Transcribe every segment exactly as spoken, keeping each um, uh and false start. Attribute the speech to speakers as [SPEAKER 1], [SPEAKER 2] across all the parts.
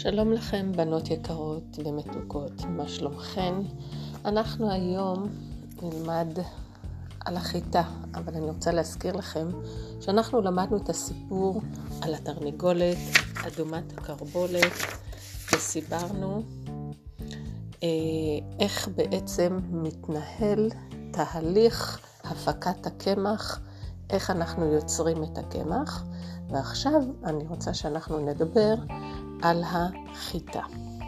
[SPEAKER 1] שלום לכם בנות יקרות ומתוקות, מה שלומכן? אנחנו היום נלמד על החיטה, אבל אני רוצה להזכיר לכם שאנחנו למדנו את הסיפור על התרנגולת, אדומת הקרבולת, וסיברנו אה, איך בעצם מתנהל תהליך הפקת הקמח, איך אנחנו יוצרים את הקמח, ועכשיו אני רוצה שאנחנו נדבר על החיטה.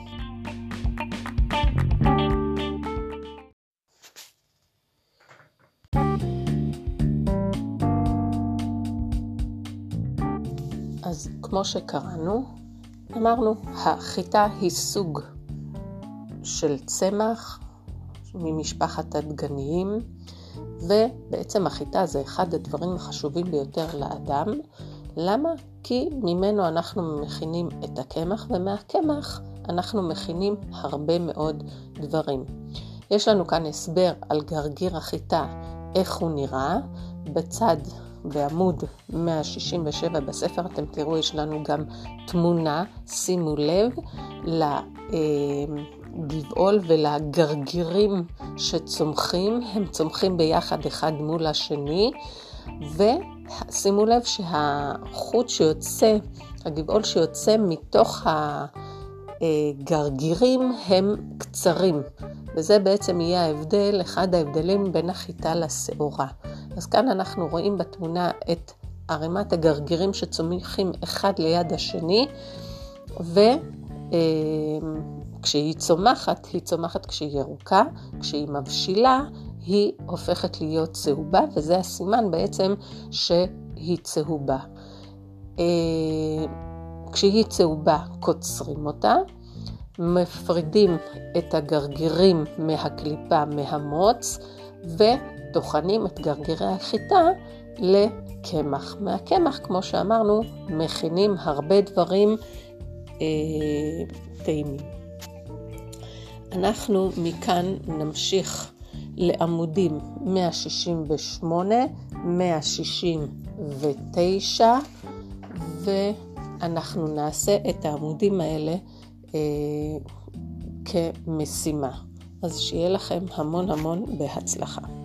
[SPEAKER 1] אז כמו שקראנו, אמרנו, החיטה היא סוג של צמח ממשפחת הדגניים, ובעצם החיטה זה אחד הדברים החשובים ביותר לאדם. למה? כי ממנו אנחנו מכינים את הקמח, ומהקמח אנחנו מכינים הרבה מאוד דברים. יש לנו כאן הסבר על גרגיר החיטה, איך הוא נראה. בצד, בעמוד מאה שישים ושבע בספר, אתם תראו, יש לנו גם תמונה, שימו לב, לגבעול ולגרגירים שצומחים, הם צומחים ביחד אחד מול השני, ושימו לב שהחוט שיוצא, הגבעול שיוצא מתוך הגרגירים הם קצרים, וזה בעצם יהיה ההבדל, אחד ההבדלים בין החיטה לשעורה. אז כאן אנחנו רואים בתמונה את ערימת הגרגירים שצומחים אחד ליד השני, וכשהיא צומחת, היא צומחת כשהיא ירוקה, כשהיא מבשילה, היא הופכת להיות צהובה, וזה הסימן בעצם שהיא צהובה. כשהיא צהובה קוצרים אותה, מפרידים את הגרגירים מהקליפה, מהמוץ, וטוחנים את גרגירי החיטה לקמח. מהקמח, כמו שאמרנו, מכינים הרבה דברים אה, טעימים. אנחנו מכאן נמשיך לעמודים מאה שישים ושמונה, מאה שישים ותשע, ואנחנו נעשה את העמודים האלה אה, כמשימה. אז שיהיה לכם המון המון בהצלחה.